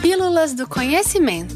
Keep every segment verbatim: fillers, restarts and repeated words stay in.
Pílulas do Conhecimento.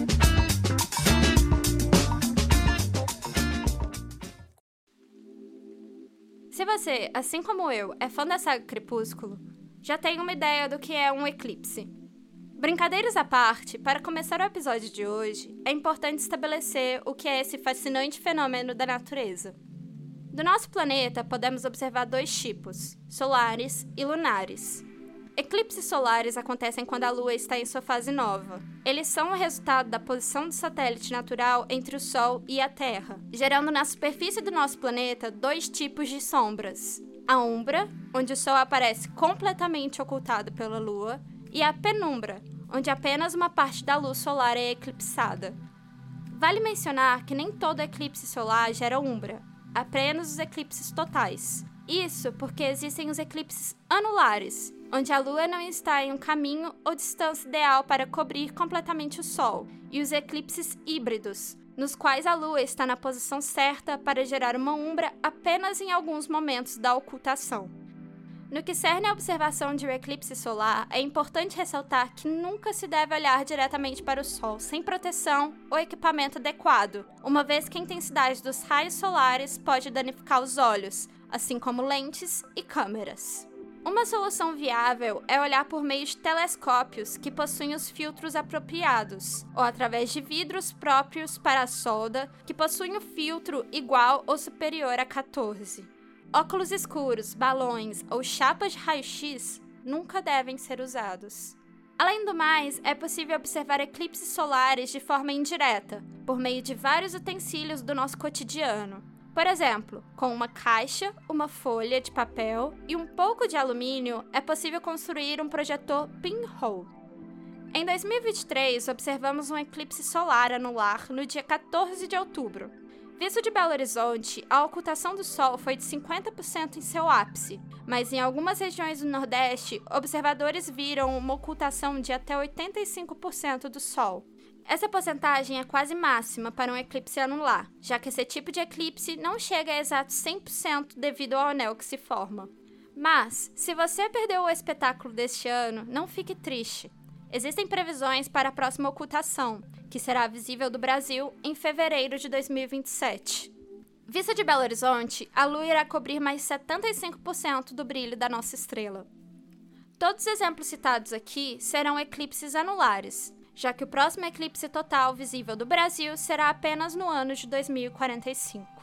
Se você, assim como eu, é fã da saga Crepúsculo, já tem uma ideia do que é um eclipse. Brincadeiras à parte, para começar o episódio de hoje, é importante estabelecer o que é esse fascinante fenômeno da natureza. Do nosso planeta, podemos observar dois tipos, solares e lunares. Eclipses solares acontecem quando a Lua está em sua fase nova. Eles são o resultado da posição do satélite natural entre o Sol e a Terra, gerando na superfície do nosso planeta dois tipos de sombras. A umbra, onde o Sol aparece completamente ocultado pela Lua, e a penumbra, onde apenas uma parte da luz solar é eclipsada. Vale mencionar que nem todo eclipse solar gera umbra, apenas os eclipses totais. Isso porque existem os eclipses anulares, onde a Lua não está em um caminho ou distância ideal para cobrir completamente o Sol, e os eclipses híbridos, nos quais a Lua está na posição certa para gerar uma umbra apenas em alguns momentos da ocultação. No que cerne à observação de um eclipse solar, é importante ressaltar que nunca se deve olhar diretamente para o Sol sem proteção ou equipamento adequado, uma vez que a intensidade dos raios solares pode danificar os olhos, assim como lentes e câmeras. Uma solução viável é olhar por meio de telescópios que possuem os filtros apropriados, ou através de vidros próprios para a solda que possuem o filtro igual ou superior a quatorze. Óculos escuros, balões ou chapas de raio-x nunca devem ser usados. Além do mais, é possível observar eclipses solares de forma indireta, por meio de vários utensílios do nosso cotidiano. Por exemplo, com uma caixa, uma folha de papel e um pouco de alumínio, é possível construir um projetor pinhole. Em dois mil e vinte e três, observamos um eclipse solar anular no dia quatorze de outubro. Visto de Belo Horizonte, a ocultação do Sol foi de cinquenta por cento em seu ápice, mas em algumas regiões do Nordeste, observadores viram uma ocultação de até oitenta e cinco por cento do Sol. Essa porcentagem é quase máxima para um eclipse anular, já que esse tipo de eclipse não chega a exato cem por cento devido ao anel que se forma. Mas, se você perdeu o espetáculo deste ano, não fique triste. Existem previsões para a próxima ocultação, que será visível do Brasil em fevereiro de dois mil e vinte e sete. Vista de Belo Horizonte, a Lua irá cobrir mais setenta e cinco por cento do brilho da nossa estrela. Todos os exemplos citados aqui serão eclipses anulares, já que o próximo eclipse total visível do Brasil será apenas no ano de dois mil e quarenta e cinco.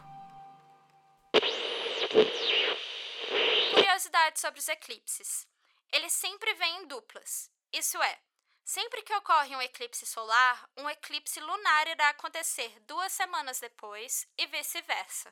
Curiosidade sobre os eclipses. Eles sempre vêm em duplas, isso é, sempre que ocorre um eclipse solar, um eclipse lunar irá acontecer duas semanas depois e vice-versa.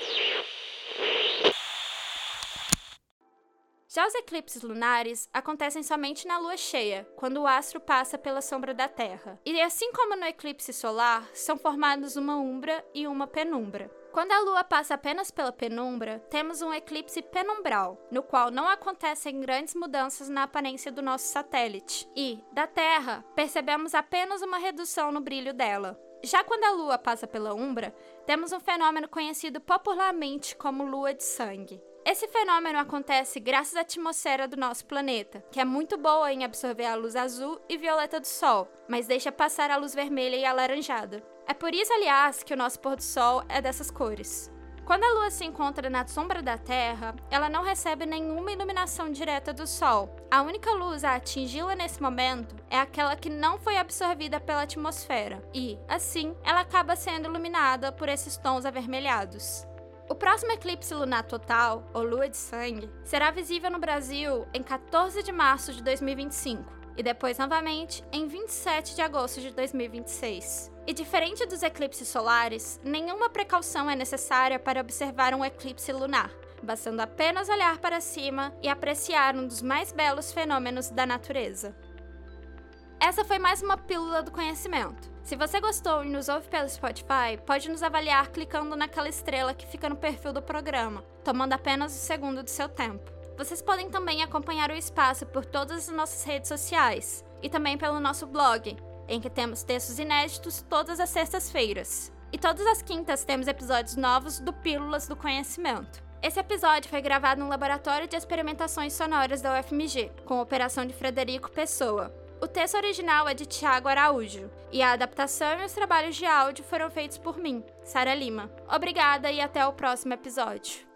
Já os eclipses lunares acontecem somente na lua cheia, quando o astro passa pela sombra da Terra. E assim como no eclipse solar, são formados uma umbra e uma penumbra. Quando a Lua passa apenas pela penumbra, temos um eclipse penumbral, no qual não acontecem grandes mudanças na aparência do nosso satélite. E, da Terra, percebemos apenas uma redução no brilho dela. Já quando a Lua passa pela umbra, temos um fenômeno conhecido popularmente como lua de sangue. Esse fenômeno acontece graças à atmosfera do nosso planeta, que é muito boa em absorver a luz azul e violeta do Sol, mas deixa passar a luz vermelha e alaranjada. É por isso, aliás, que o nosso pôr do sol é dessas cores. Quando a Lua se encontra na sombra da Terra, ela não recebe nenhuma iluminação direta do Sol. A única luz a atingi-la nesse momento é aquela que não foi absorvida pela atmosfera, e, assim, ela acaba sendo iluminada por esses tons avermelhados. O próximo eclipse lunar total, ou lua de sangue, será visível no Brasil em quatorze de março de dois mil e vinte e cinco, e depois novamente em vinte e sete de agosto de dois mil e vinte e seis. E diferente dos eclipses solares, nenhuma precaução é necessária para observar um eclipse lunar, bastando apenas olhar para cima e apreciar um dos mais belos fenômenos da natureza. Essa foi mais uma Pílula do Conhecimento. Se você gostou e nos ouve pelo Spotify, pode nos avaliar clicando naquela estrela que fica no perfil do programa, tomando apenas um segundo do seu tempo. Vocês podem também acompanhar o espaço por todas as nossas redes sociais e também pelo nosso blog, em que temos textos inéditos todas as sextas-feiras. E todas as quintas temos episódios novos do Pílulas do Conhecimento. Esse episódio foi gravado no Laboratório de Experimentações Sonoras da U F M G, com a operação de Frederico Pessoa. O texto original é de Thiago Araújo, e a adaptação e os trabalhos de áudio foram feitos por mim, Sara Lima. Obrigada e até o próximo episódio.